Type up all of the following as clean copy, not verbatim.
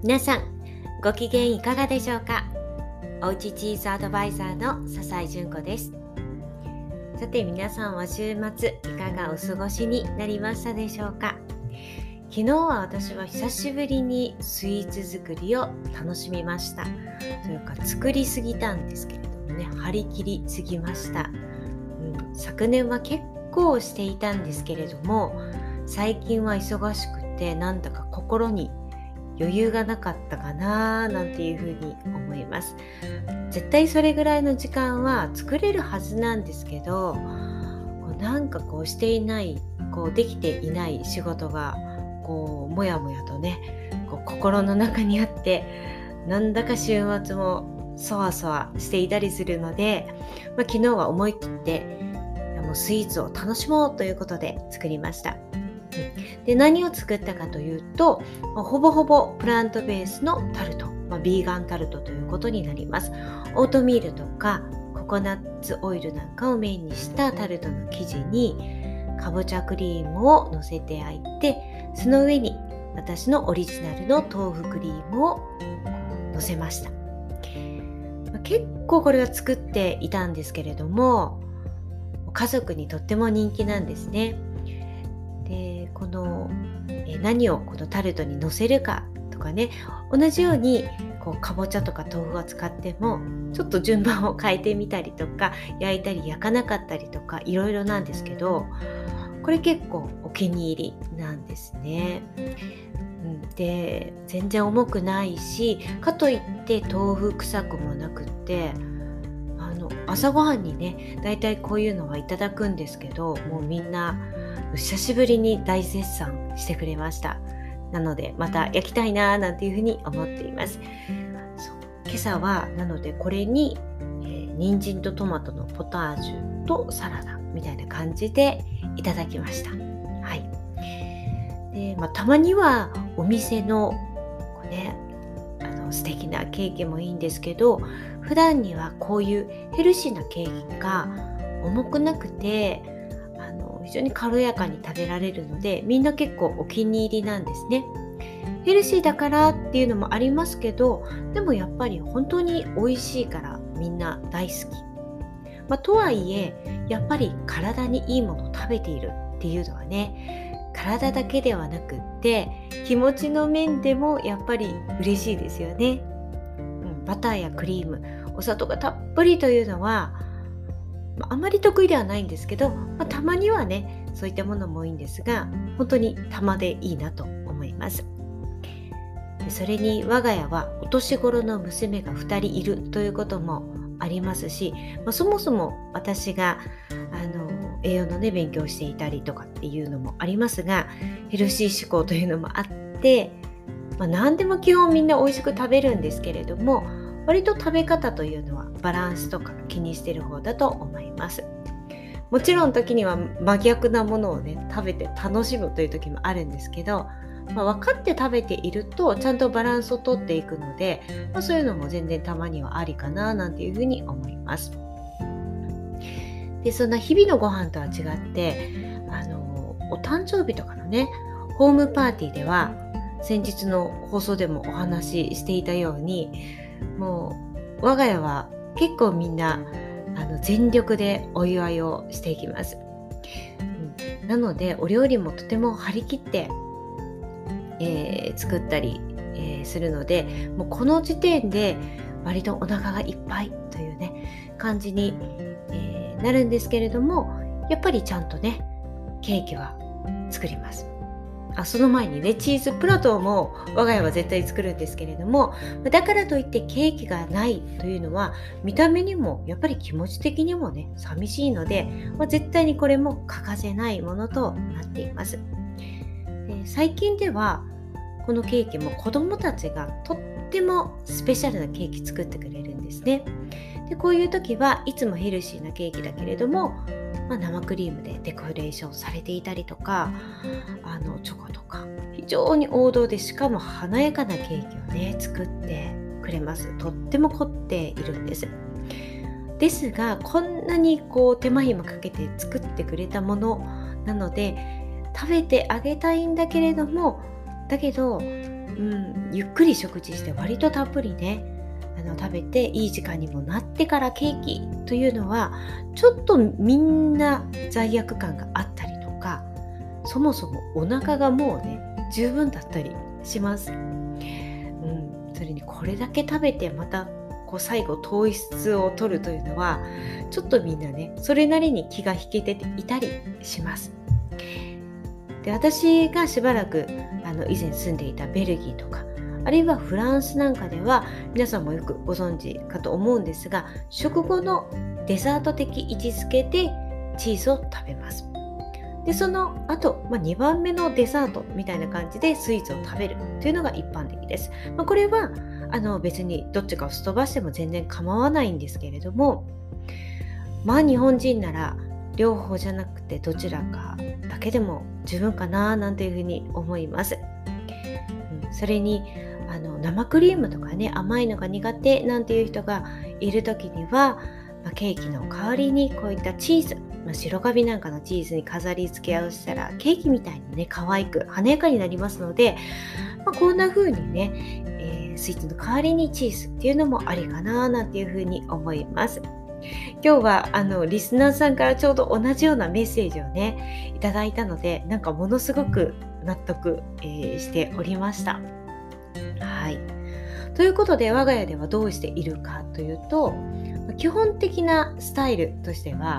皆さんご機嫌いかがでしょうか。おうちチーズアドバイザーの笹井純子です。さて皆さんは週末いかがお過ごしになりましたでしょうか。昨日は私は久しぶりにスイーツ作りを楽しみました。というか作りすぎたんですけれどもね、張り切りすぎました。昨年は結構していたんですけれども、最近は忙しくてなんだか心に余裕がなかったかななんていうふうに思います。絶対それぐらいの時間は作れるはずなんですけど、なんかしていないできていない仕事がもやもやとね心の中にあって、なんだか週末もそわそわしていたりするので、昨日は思い切ってもうスイーツを楽しもうということで作りました。で、何を作ったかというと、ほぼほぼプラントベースのタルト、ビーガンタルトということになります。オートミールとかココナッツオイルなんかをメインにしたタルトの生地にかぼちゃクリームを乗せて焼いて、その上に私のオリジナルの豆腐クリームを乗せました。結構これは作っていたんですけれども、家族にとっても人気なんですね。で、何をこのタルトに乗せるかとかね、同じようにかぼちゃとか豆腐を使ってもちょっと順番を変えてみたりとか、焼いたり焼かなかったりとかいろいろなんですけど、これ結構お気に入りなんですね。で、全然重くないし、かといって豆腐臭くもなくって、朝ごはんにね、だいたいこういうのはいただくんですけど、もうみんな久しぶりに大絶賛してくれました。なのでまた焼きたいななんていうふうに思っています。今朝はなのでこれに、人参とトマトのポタージュとサラダみたいな感じでいただきました。はい。で、たまにはお店の素敵なケーキもいいんですけど、普段にはこういうヘルシーなケーキが重くなくて非常に軽やかに食べられるので、みんな結構お気に入りなんですね。ヘルシーだからっていうのもありますけど、でもやっぱり本当に美味しいからみんな大好き。とはいえやっぱり体にいいものを食べているっていうのはね、体だけではなくって気持ちの面でもやっぱり嬉しいですよね。バターやクリーム、お砂糖がたっぷりというのはあまり得意ではないんですけど、たまにはねそういったものもいいんですが、本当にたまでいいなと思います。で、それに我が家はお年頃の娘が2人いるということもありますし、そもそも私が栄養のね勉強していたりとかっていうのもありますが、ヘルシー志向というのもあって、何でも基本みんな美味しく食べるんですけれども、割と食べ方というのはバランスとか気にしてる方だと思います。もちろん時には真逆なものをね食べて楽しむという時もあるんですけど、分かって食べているとちゃんとバランスをとっていくので、そういうのも全然たまにはありかななんていうふうに思います。で、そんな日々のご飯とは違って、お誕生日とかのねホームパーティーでは、先日の放送でもお話ししていたように、もう我が家は結構みんな全力でお祝いをしていきます。なのでお料理もとても張り切って、作ったり、するので、もうこの時点で割とお腹がいっぱいというね感じに、なるんですけれども、やっぱりちゃんとねケーキは作ります。その前にねチーズプラトーも我が家は絶対作るんですけれども、だからといってケーキがないというのは見た目にもやっぱり気持ち的にもね寂しいので、絶対にこれも欠かせないものとなっています。で、最近ではこのケーキも子どもたちがとってもスペシャルなケーキ作ってくれるんですね。で、こういう時はいつもヘルシーなケーキだけれども、生クリームでデコレーションされていたりとか、チョコとか非常に王道で、しかも華やかなケーキをね作ってくれます。とっても凝っているんです。ですが、こんなに手間暇かけて作ってくれたものなので食べてあげたいんだけれども、だけどゆっくり食事して割とたっぷりね食べていい時間にもなってからケーキというのはちょっとみんな罪悪感があったりとか、そもそもお腹がもうね十分だったりします。それにこれだけ食べてまたこう最後糖質を取るというのはちょっとみんなねそれなりに気が引けていたりします。で、私がしばらく以前住んでいたベルギーとかあるいはフランスなんかでは皆さんもよくご存知かと思うんですが、食後のデザート的位置づけでチーズを食べます。でその後、2番目のデザートみたいな感じでスイーツを食べるというのが一般的です。これは別にどっちかをすっ飛ばしても全然構わないんですけれども、日本人なら両方じゃなくてどちらかだけでも十分かななんていうふうに思います。それに生クリームとかね甘いのが苦手なんていう人がいる時には、ケーキの代わりにこういったチーズ、白カビなんかのチーズに飾り付けをしたらケーキみたいにね可愛く華やかになりますので、こんな風にね、スイーツの代わりにチーズっていうのもありかななんていう風に思います。今日はリスナーさんからちょうど同じようなメッセージをねいただいたので、なんかものすごく納得、しておりました。はい。ということで我が家ではどうしているかというと、基本的なスタイルとしては、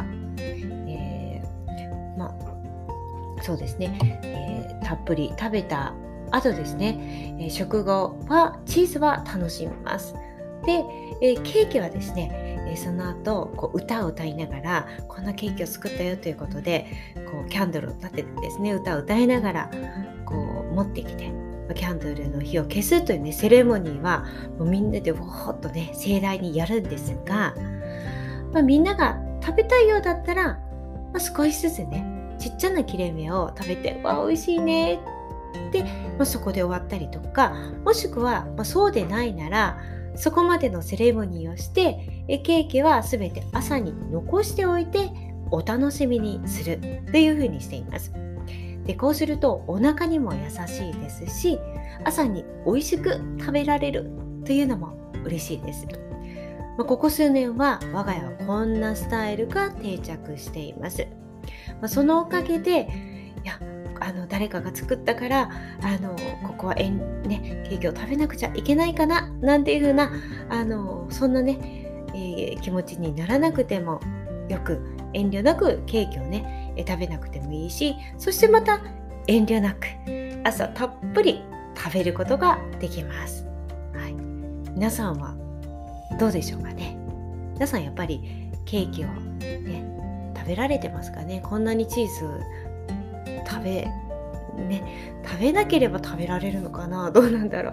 そうですね、たっぷり食べた後ですね、食後はチーズは楽しみます。で、ケーキはですね、その後こう歌を歌いながらこんなケーキを作ったよということでこうキャンドルを立ててですね歌を歌いながらこう持ってきてキャンドルの火を消すというねセレモニーはもうみんなでわーっとね盛大にやるんですが、みんなが食べたいようだったら、少しずつねちっちゃな切れ目を食べてわー美味しいねで、そこで終わったりとか、もしくは、そうでないならそこまでのセレモニーをしてケーキはすべて朝に残しておいてお楽しみにするというふうにしています。でこうするとお腹にも優しいですし、朝に美味しく食べられるというのも嬉しいです。ここ数年は我が家はこんなスタイルが定着しています。そのおかげで誰かが作ったからここはケーキを食べなくちゃいけないかななんていう風なそんなね、気持ちにならなくてもよく遠慮なくケーキをね食べなくてもいいし、そしてまた遠慮なく朝たっぷり食べることができます。はい、皆さんはどうでしょうかね。皆さんやっぱりケーキをね食べられてますかね。こんなにチーズ食べなければ食べられるのかな、どうなんだろう。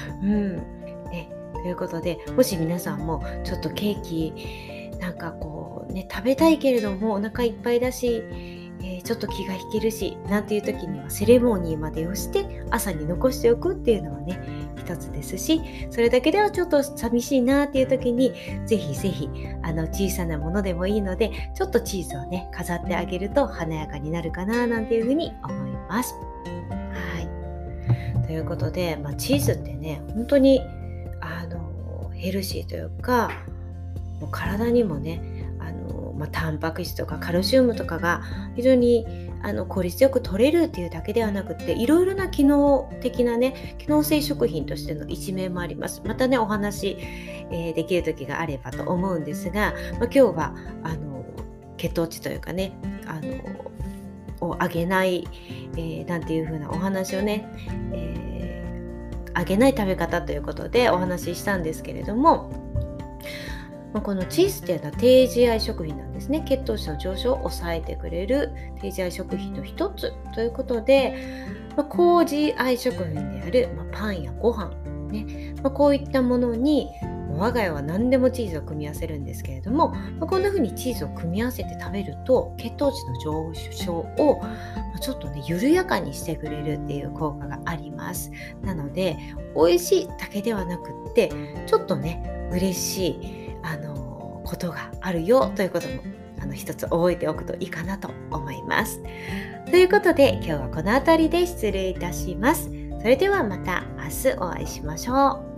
ということで、もし皆さんもちょっとケーキ食べたいけれどもお腹いっぱいだし、ちょっと気が引けるしなんていう時にはセレモニーまでをして朝に残しておくっていうのはね一つですし、それだけではちょっと寂しいなっていう時にぜひぜひ小さなものでもいいのでちょっとチーズをね飾ってあげると華やかになるかななんていうふうに思います。はい。ということで、チーズってね本当にヘルシーというかもう体にもねタンパク質とかカルシウムとかが非常に効率よく取れるっていうだけではなくて、いろいろな機能的なね機能性食品としての一面もあります。またねお話、できる時があればと思うんですが、今日は血糖値というかねを上げない、なんていう風なお話をね、上げない食べ方ということでお話ししたんですけれども、このチーズっていうのは低 GI 食品なんですね。血糖値の上昇を抑えてくれる低 GI 食品の一つということで、高 GI 食品である、パンやご飯、ねこういったものに我が家は何でもチーズを組み合わせるんですけれども、こんな風にチーズを組み合わせて食べると血糖値の上昇をちょっとね緩やかにしてくれるっていう効果があります。なので美味しいだけではなくってちょっとね嬉しいことがあるよということも一つ覚えておくといいかなと思います。ということで今日はこの辺りで失礼いたします。そそれではまた明日お会いしましょう。